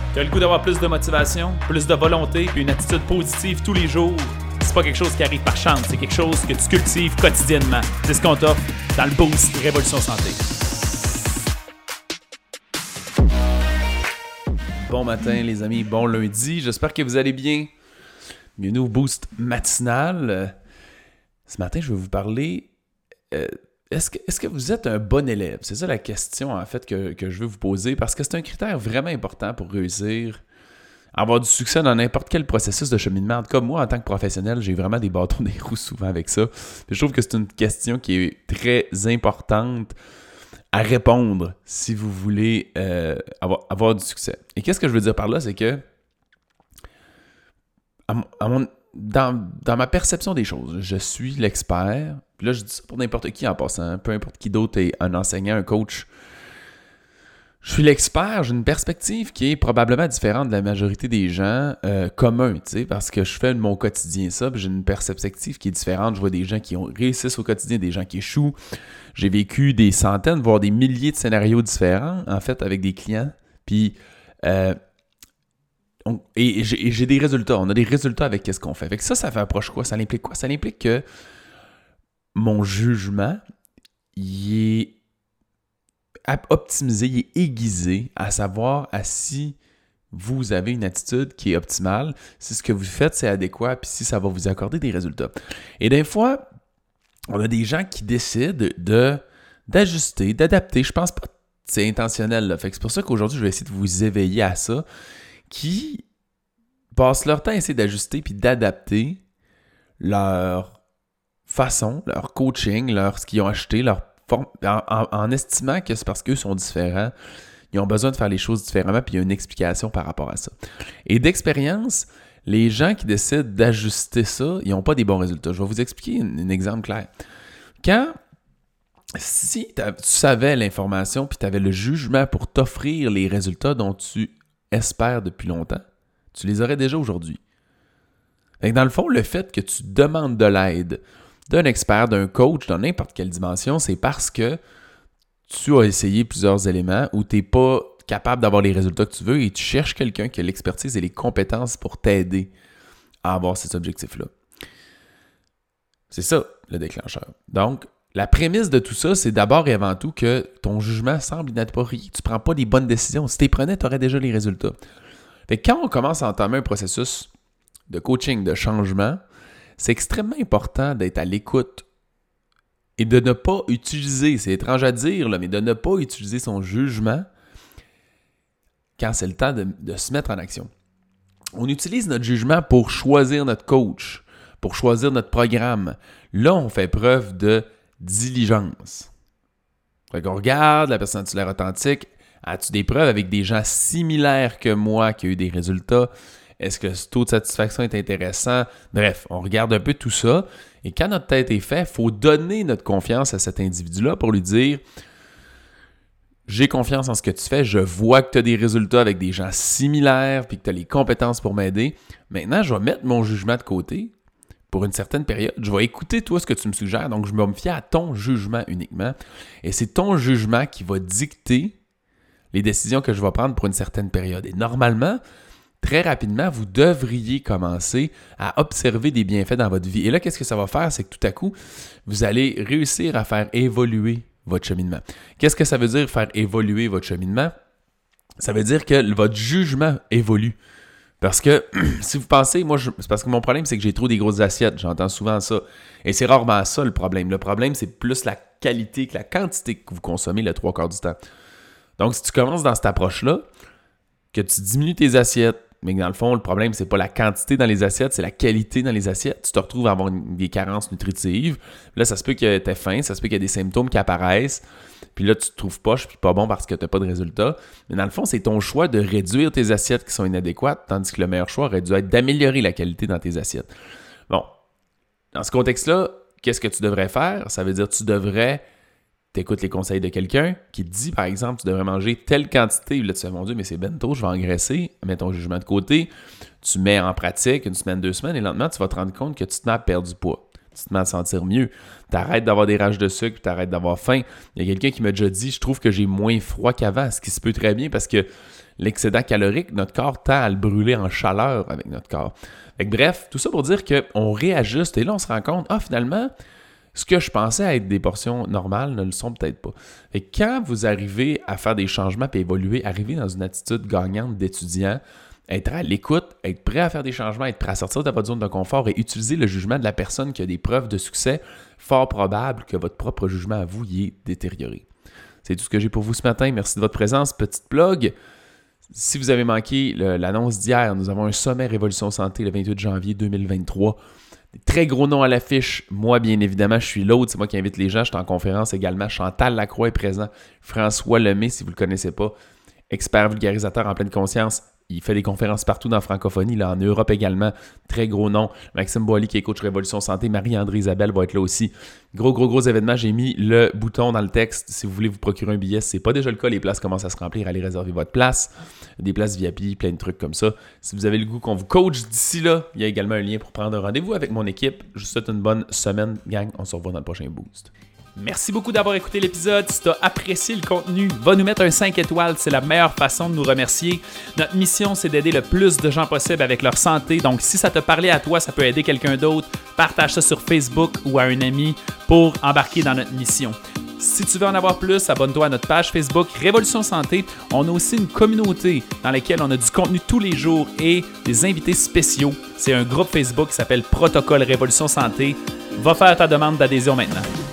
Tu as le goût d'avoir plus de motivation, plus de volonté puis une attitude positive tous les jours. C'est pas quelque chose qui arrive par chance, c'est quelque chose que tu cultives quotidiennement. C'est ce qu'on t'offre dans le Boost Révolution Santé. Bon matin les amis, bon lundi, j'espère que vous allez bien. Bienvenue au Boost matinal. Ce matin, je vais vous parler... Est-ce que vous êtes un bon élève? C'est ça la question en fait que je veux vous poser parce que c'est un critère vraiment important pour réussir à avoir du succès dans n'importe quel processus de cheminement. En tout cas, moi, en tant que professionnel, j'ai vraiment des bâtons des roues souvent avec ça. Puis je trouve que c'est une question qui est très importante à répondre si vous voulez avoir du succès. Et qu'est-ce que je veux dire par là? C'est que dans ma perception des choses, je suis l'expert. Puis là, je dis ça pour n'importe qui en passant, peu importe qui d'autre est un enseignant, un coach. Je suis l'expert, j'ai une perspective qui est probablement différente de la majorité des gens communs, tu sais, parce que je fais de mon quotidien ça, puis j'ai une perspective qui est différente. Je vois des gens qui réussissent au quotidien, des gens qui échouent. J'ai vécu des centaines, voire des milliers de scénarios différents, en fait, avec des clients. Puis, j'ai des résultats. On a des résultats avec ce qu'on fait. Fait que ça fait approche quoi? Ça implique quoi? Ça implique que mon jugement, il est optimisé, il est aiguisé à savoir si vous avez une attitude qui est optimale, si ce que vous faites, c'est adéquat, puis si ça va vous accorder des résultats. Et des fois, on a des gens qui décident d'ajuster, d'adapter. Je pense pas que c'est intentionnel, là. Fait que c'est pour ça qu'aujourd'hui, je vais essayer de vous éveiller à ça, qui passent leur temps à essayer d'ajuster puis d'adapter leur façon, leur coaching, ce qu'ils ont acheté, leur forme, en estimant que c'est parce qu'eux sont différents, ils ont besoin de faire les choses différemment, puis il y a une explication par rapport à ça. Et d'expérience, les gens qui décident d'ajuster ça, ils n'ont pas des bons résultats. Je vais vous expliquer un exemple clair. Si tu savais l'information, puis tu avais le jugement pour t'offrir les résultats dont tu espères depuis longtemps, tu les aurais déjà aujourd'hui. Fait que dans le fond, le fait que tu demandes de l'aide d'un expert, d'un coach, dans n'importe quelle dimension, c'est parce que tu as essayé plusieurs éléments où tu n'es pas capable d'avoir les résultats que tu veux et tu cherches quelqu'un qui a l'expertise et les compétences pour t'aider à avoir ces objectifs-là. C'est ça, le déclencheur. Donc, la prémisse de tout ça, c'est d'abord et avant tout que ton jugement semble inapproprié. Tu ne prends pas les bonnes décisions. Si tu les prenais, tu aurais déjà les résultats. Fait que quand on commence à entamer un processus de coaching, de changement, c'est extrêmement important d'être à l'écoute et de ne pas utiliser, c'est étrange à dire, là, mais de ne pas utiliser son jugement quand c'est le temps de se mettre en action. On utilise notre jugement pour choisir notre coach, pour choisir notre programme. Là, on fait preuve de diligence. Fait qu'on regarde la personne titulaire authentique. As-tu des preuves avec des gens similaires que moi qui ont eu des résultats? Est-ce que ce taux de satisfaction est intéressant? Bref, on regarde un peu tout ça. Et quand notre tête est faite, il faut donner notre confiance à cet individu-là pour lui dire « J'ai confiance en ce que tu fais, je vois que tu as des résultats avec des gens similaires puis que tu as les compétences pour m'aider. Maintenant, je vais mettre mon jugement de côté pour une certaine période. Je vais écouter toi ce que tu me suggères. Donc, je vais me fier à ton jugement uniquement. Et c'est ton jugement qui va dicter les décisions que je vais prendre pour une certaine période. Et normalement, très rapidement, vous devriez commencer à observer des bienfaits dans votre vie. Et là, qu'est-ce que ça va faire? C'est que tout à coup, vous allez réussir à faire évoluer votre cheminement. Qu'est-ce que ça veut dire faire évoluer votre cheminement? Ça veut dire que votre jugement évolue. Parce que si vous pensez, c'est parce que mon problème, c'est que j'ai trop des grosses assiettes. J'entends souvent ça. Et c'est rarement ça le problème. Le problème, c'est plus la qualité que la quantité que vous consommez le 3/4 du temps. Donc, si tu commences dans cette approche-là, que tu diminues tes assiettes, mais que dans le fond, le problème, c'est pas la quantité dans les assiettes, c'est la qualité dans les assiettes. Tu te retrouves à avoir des carences nutritives. Là, ça se peut que tu aies faim, ça se peut qu'il y ait des symptômes qui apparaissent. Puis là, tu te trouves poche, puis pas bon parce que tu n'as pas de résultat. Mais dans le fond, c'est ton choix de réduire tes assiettes qui sont inadéquates, tandis que le meilleur choix aurait dû être d'améliorer la qualité dans tes assiettes. Bon, dans ce contexte-là, qu'est-ce que tu devrais faire? Ça veut dire que tu devrais t'écoutes les conseils de quelqu'un qui te dit, par exemple, tu devrais manger telle quantité. Là, tu fais, mon Dieu, mais c'est bento, je vais engraisser. Mets ton jugement de côté. Tu mets en pratique une semaine, 2 semaines, et lentement, tu vas te rendre compte que tu te mets à perdre du poids. Tu te mets à te sentir mieux. Tu arrêtes d'avoir des rages de sucre, tu arrêtes d'avoir faim. Il y a quelqu'un qui m'a déjà dit, je trouve que j'ai moins froid qu'avant, ce qui se peut très bien parce que l'excédent calorique, notre corps tend à le brûler en chaleur avec notre corps. Fait que bref, tout ça pour dire qu'on réajuste et là, on se rend compte, finalement, ce que je pensais être des portions normales ne le sont peut-être pas. Et quand vous arrivez à faire des changements et évoluer, arriver dans une attitude gagnante d'étudiant, être à l'écoute, être prêt à faire des changements, être prêt à sortir de votre zone de confort et utiliser le jugement de la personne qui a des preuves de succès, fort probable que votre propre jugement à vous y est détérioré. C'est tout ce que j'ai pour vous ce matin. Merci de votre présence. Petite plug. Si vous avez manqué l'annonce d'hier, nous avons un sommet Révolution Santé le 28 janvier 2023. Des très gros noms à l'affiche. Moi, bien évidemment, je suis l'autre. C'est moi qui invite les gens. Je suis en conférence également. Chantal Lacroix est présent. François Lemay, si vous ne le connaissez pas, expert vulgarisateur en pleine conscience. Il fait des conférences partout dans la francophonie, là, en Europe également. Très gros nom. Maxime Boily, qui est coach Révolution Santé. Marie-André Isabelle va être là aussi. Gros événement. J'ai mis le bouton dans le texte. Si vous voulez vous procurer un billet, si ce n'est pas déjà le cas, les places commencent à se remplir. Allez réserver votre place. Des places VIP, plein de trucs comme ça. Si vous avez le goût qu'on vous coach d'ici là, il y a également un lien pour prendre un rendez-vous avec mon équipe. Je vous souhaite une bonne semaine, gang. On se revoit dans le prochain Boost. Merci beaucoup d'avoir écouté l'épisode. Si tu as apprécié le contenu, va nous mettre un 5 étoiles. C'est la meilleure façon de nous remercier. Notre mission, c'est d'aider le plus de gens possible avec leur santé. Donc, si ça t'a parlé à toi, ça peut aider quelqu'un d'autre. Partage ça sur Facebook ou à un ami pour embarquer dans notre mission. Si tu veux en avoir plus, abonne-toi à notre page Facebook Révolution Santé. On a aussi une communauté dans laquelle on a du contenu tous les jours et des invités spéciaux. C'est un groupe Facebook qui s'appelle Protocole Révolution Santé. Va faire ta demande d'adhésion maintenant.